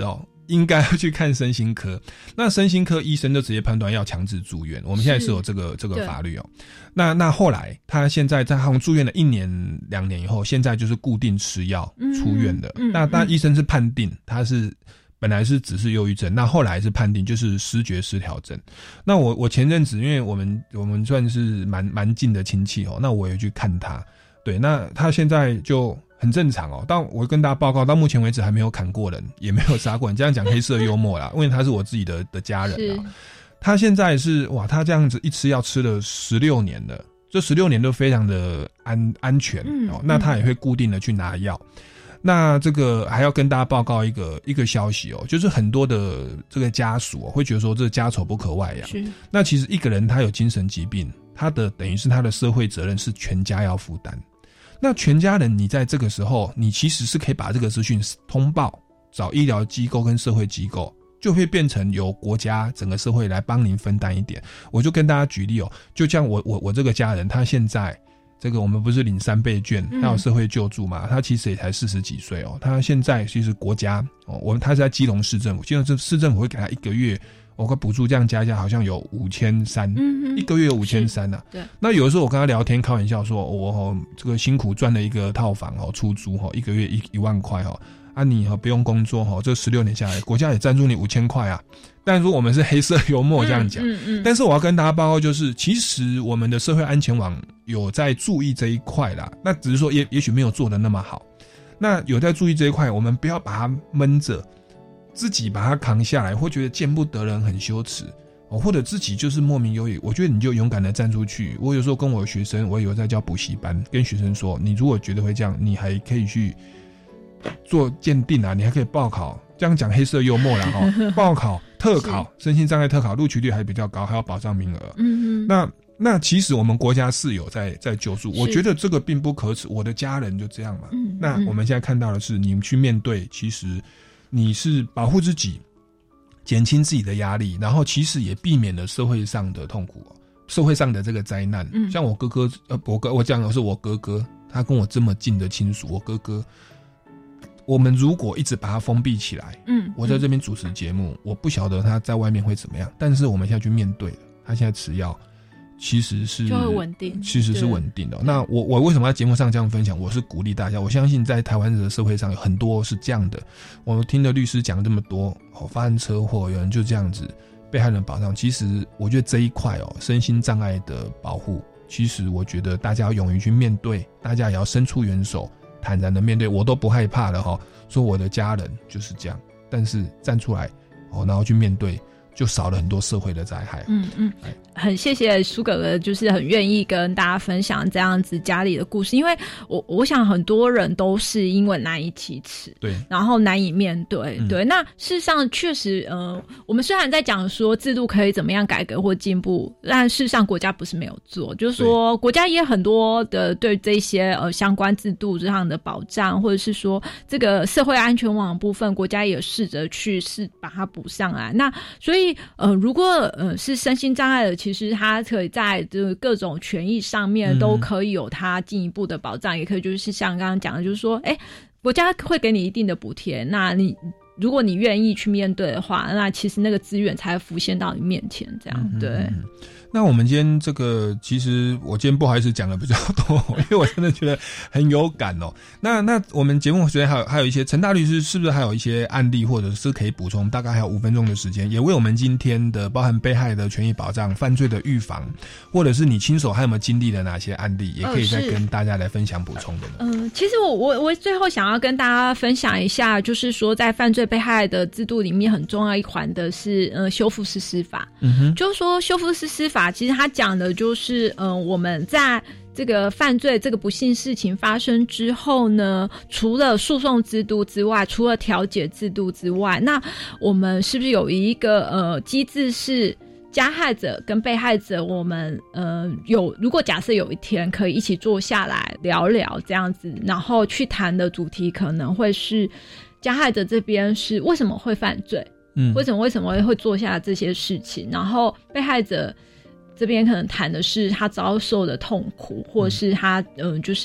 应该要去看身心科。那身心科医生就直接判断要强制住院，我们现在是有这个这个法律哦。那那后来他现在在好像住院了一年两年以后，现在就是固定吃药出院的。嗯嗯、那那医生是判定他是本来是只是忧郁症，那后来是判定就是思觉失调症。那我我前阵子因为我们我们算是蛮蛮近的亲戚哦，那我也去看他。对，那他现在就很正常哦。但我跟大家报告，到目前为止还没有砍过人，也没有杀过人。这样讲黑色幽默啦，因为他是我自己的的家人啦。他现在是哇，他这样子一吃药吃了十六年了，这十六年都非常的安安全、嗯、哦。那他也会固定的去拿药。那这个还要跟大家报告一个一个消息哦，就是很多的这个家属、哦、会觉得说这家丑不可外扬。是。那其实一个人他有精神疾病，他的等于是他的社会责任是全家要负担。那全家人你在这个时候，你其实是可以把这个资讯通报，找医疗机构跟社会机构，就会变成由国家整个社会来帮您分担一点。我就跟大家举例哦，就像我我我这个家人，他现在这个我们不是领三倍券，还有社会救助嘛，他其实也才四十几岁哦。他现在其实国家哦，我们他是在基隆市政府，基隆市政府会给他一个月。我个补助这样加一加好像有五千三，一个月有五千三啊。对。那有的时候我跟他聊天开玩笑说，我、哦、这个辛苦赚了一个套房哦，出租哦，一个月一一万块哦，啊你哦不用工作哦，这十六年下来，国家也赞助你五千块啊。但是我们是黑色幽默这样讲，嗯嗯嗯、但是我要跟大家报告就是，其实我们的社会安全网有在注意这一块啦，那只是说也也许没有做得那么好。那有在注意这一块，我们不要把它闷着。自己把它扛下来，或觉得见不得人很羞耻、哦、或者自己就是莫名忧郁，我觉得你就勇敢的站出去。我有时候跟我的学生，我有在教补习班，跟学生说，你如果觉得会这样，你还可以去做鉴定啊，你还可以报考，这样讲黑色幽默啦、哦、报考特考身心障碍特考录取率还比较高，还有保障名额。嗯嗯，那那其实我们国家是有在在救助，我觉得这个并不可耻，我的家人就这样嘛。嗯嗯，那我们现在看到的是，你们去面对，其实你是保护自己，减轻自己的压力，然后其实也避免了社会上的痛苦、哦、社会上的这个灾难。嗯，像我哥哥，呃，我哥，我讲的是我哥哥，他跟我这么近的亲属，我哥哥，我们如果一直把他封闭起来，嗯，我在这边主持节目，我不晓得他在外面会怎么样，但是我们现在去面对了，他现在吃药。其实是就会稳定， 其实是稳定的。那我我为什么在节目上这样分享？我是鼓励大家，我相信在台湾的社会上有很多是这样的。我听了律师讲这么多，哦，发生车祸，有人就这样子，被害人保障。其实我觉得这一块哦，身心障碍的保护，其实我觉得大家要勇于去面对，大家也要伸出援手，坦然的面对。我都不害怕了哈、哦，说我的家人就是这样，但是站出来哦，然后去面对。就少了很多社会的灾害。 嗯嗯，很谢谢苏哥哥，就是很愿意跟大家分享这样子家里的故事，因为我我想很多人都是因为难以启齿，对，然后难以面对，嗯、对。那事实上确实，呃，我们虽然在讲说制度可以怎么样改革或进步，但事实上国家不是没有做，就是说国家也很多的对这些呃相关制度这样的保障，或者是说这个社会安全网的部分，国家也试着去是把它补上来。那所以。呃，如果呃是身心障碍的，其实他可以在这个各种权益上面都可以有他进一步的保障，嗯、也可以就是像刚刚讲的，就是说，哎，国家会给你一定的补贴，那你如果你愿意去面对的话，那其实那个资源才会浮现到你面前，这样、嗯、对。嗯那我们今天这个，其实我今天不好意思讲的比较多，因为我真的觉得很有感哦。那那我们节目虽然还有还有一些陈大律师，是不是还有一些案例或者是可以补充？大概还有五分钟的时间，也为我们今天的包含被害的权益保障、犯罪的预防，或者是你亲手还有没有经历的哪些案例，也可以再跟大家来分享补充的呢？ 嗯、呃，其实我我我最后想要跟大家分享一下，就是说在犯罪被害的制度里面很重要一环的是呃修复式司法。嗯哼，就是说修复式司法。其实他讲的就是，嗯、呃，我们在这个犯罪这个不幸事情发生之后呢，除了诉讼制度之外，除了调解制度之外，那我们是不是有一个呃机制是加害者跟被害者，我们呃有如果假设有一天可以一起坐下来聊聊这样子，然后去谈的主题可能会是加害者这边是为什么会犯罪。嗯，为什么为什么会做下这些事情？然后被害者这边可能谈的是他遭受的痛苦，或者是他嗯、呃，就是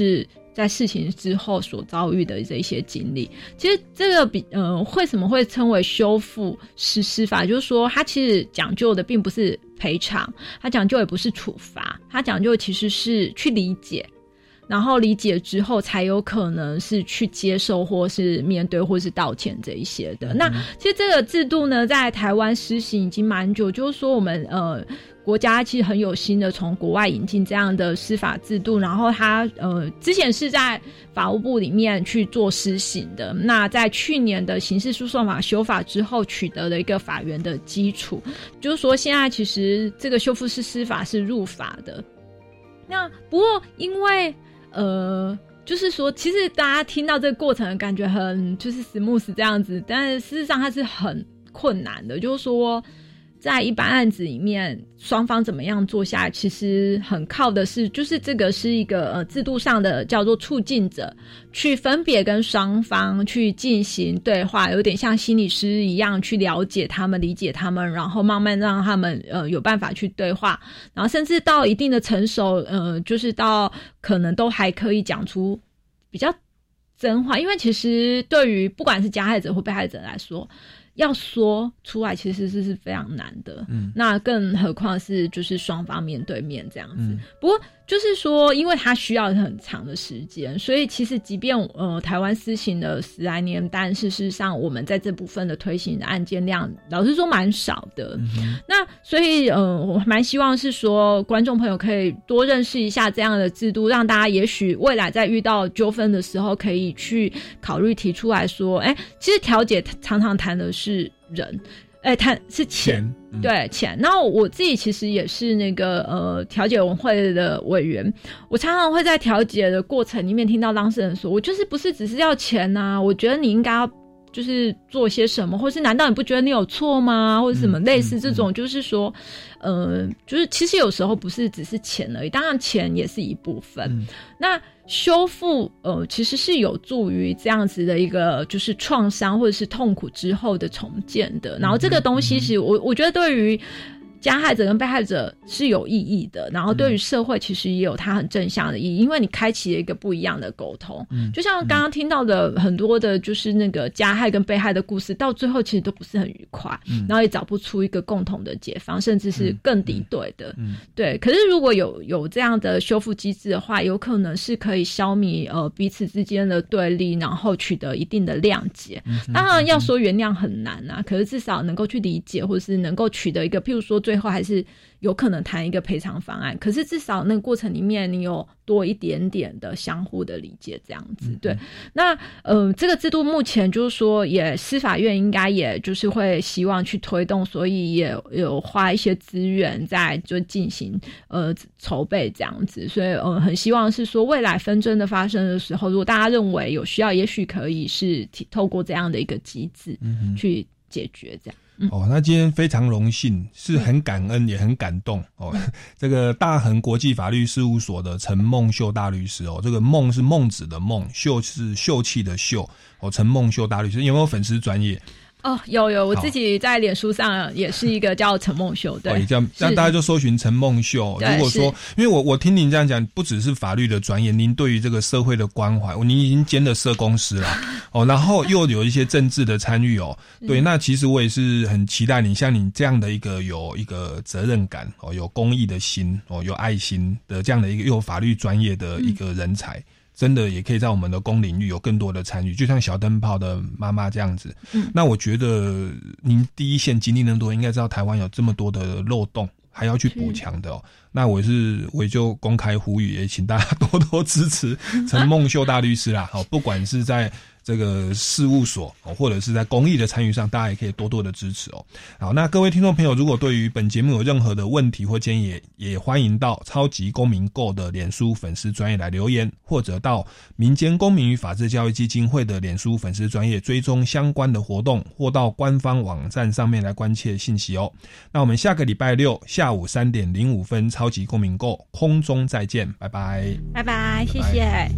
在事情之后所遭遇的这一些经历。其实这个比呃为什么会称为修复式司法，就是说它其实讲究的并不是赔偿，它讲究也不是处罚，它讲究其实是去理解，然后理解之后才有可能是去接受或是面对或是道歉这一些的。那其实这个制度呢在台湾施行已经蛮久，就是说我们呃国家其实很有心的从国外引进这样的司法制度，然后它呃之前是在法务部里面去做施行的，那在去年的刑事诉讼法修法之后取得了一个法源的基础，就是说现在其实这个修复式司法是入法的。那不过因为呃，就是说，其实大家听到这个过程，感觉很就是 smooth 这样子，但是事实上它是很困难的。就是说，在一般案子里面，双方怎么样坐下来，其实很靠的是，就是这个是一个呃制度上的叫做促进者，去分别跟双方去进行对话，有点像心理师一样去了解他们、理解他们，然后慢慢让他们呃有办法去对话，然后甚至到一定的成熟，呃，就是到可能都还可以讲出比较真话，因为其实对于不管是加害者或被害者来说，要说出来其实是是非常难的，嗯，那更何况是就是双方面对面这样子。嗯、不过就是说，因为它需要很长的时间，所以其实即便呃台湾施行了十来年，但事实上我们在这部分的推行的案件量，老实说蛮少的。嗯、那所以呃我蛮希望是说，观众朋友可以多认识一下这样的制度，让大家也许未来在遇到纠纷的时候，可以去考虑提出来说，哎，其实调解常常谈的是人。哎，谈是钱，钱嗯、对钱。然后我自己其实也是那个呃调解委员会的委员，我常常会在调解的过程里面听到当事人说，我就是不是只是要钱啊，我觉得你应该要就是做些什么，或是难道你不觉得你有错吗？或者什么类似这种，就是说，嗯嗯、呃，就是其实有时候不是只是钱而已，当然钱也是一部分。嗯、那修复呃其实是有助于这样子的一个就是创伤或者是痛苦之后的重建的，然后这个东西是我我觉得对于加害者跟被害者是有意义的，然后对于社会其实也有它很正向的意义，因为你开启了一个不一样的沟通。嗯、就像刚刚听到的很多的就是那个加害跟被害的故事，到最后其实都不是很愉快，嗯、然后也找不出一个共同的解方，甚至是更敌对的。嗯嗯、对，可是如果有有这样的修复机制的话，有可能是可以消弭呃彼此之间的对立，然后取得一定的谅解。嗯、当然要说原谅很难啊，可是至少能够去理解，或是能够取得一个譬如说最后还是有可能谈一个赔偿方案，可是至少那个过程里面你有多一点点的相互的理解这样子。对，那呃这个制度目前就是说也司法院应该也就是会希望去推动，所以也有花一些资源在就进行呃筹备这样子，所以呃很希望是说未来纷争的发生的时候，如果大家认为有需要，也许可以是透过这样的一个机制去解决这样。 哦，那今天非常荣幸，是很感恩也很感动哦。这个大恒国际法律事务所的陈梦秀大律师哦，这个梦是孟子的梦，秀是秀气的秀哦。陈梦秀大律师有没有粉丝专业？ 哦，有有，我自己在脸书上也是一个叫陈梦秀，对， 哦、这样，那大家就搜寻陈梦秀。如果说，因为我我听您这样讲，不只是法律的专业，您对于这个社会的关怀，您已经兼了社工师了哦，然后又有一些政治的参与哦，对，那其实我也是很期待你像你这样的一个有一个责任感哦，有公益的心哦，有爱心的这样的一个又有法律专业的一个人才。嗯，真的也可以在我们的公领域有更多的参与，就像小灯泡的妈妈这样子。嗯，那我觉得您第一线经历那么多，应该知道台湾有这么多的漏洞，还要去补强的哦。那我是我也就公开呼吁，也请大家多多支持陈梦秀大律师啦。好，不管是在这个事务所或者是在公益的参与上，大家也可以多多的支持哦。好，那各位听众朋友，如果对于本节目有任何的问题或建议，也也欢迎到超级公民购的脸书粉丝专页来留言，或者到民间公民与法治教育基金会的脸书粉丝专页追踪相关的活动，或到官方网站上面来关切信息哦。那我们下个礼拜六下午三点零五分超级公民购空中再见，拜拜， 拜拜，谢谢。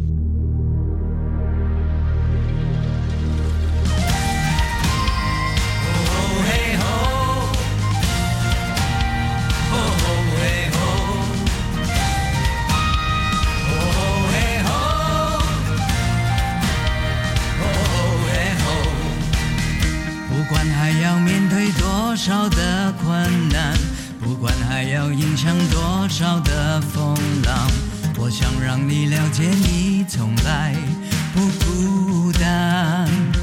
Oh, hey, ho. 要影响多少的风浪。我想让你了解，你从来不孤单。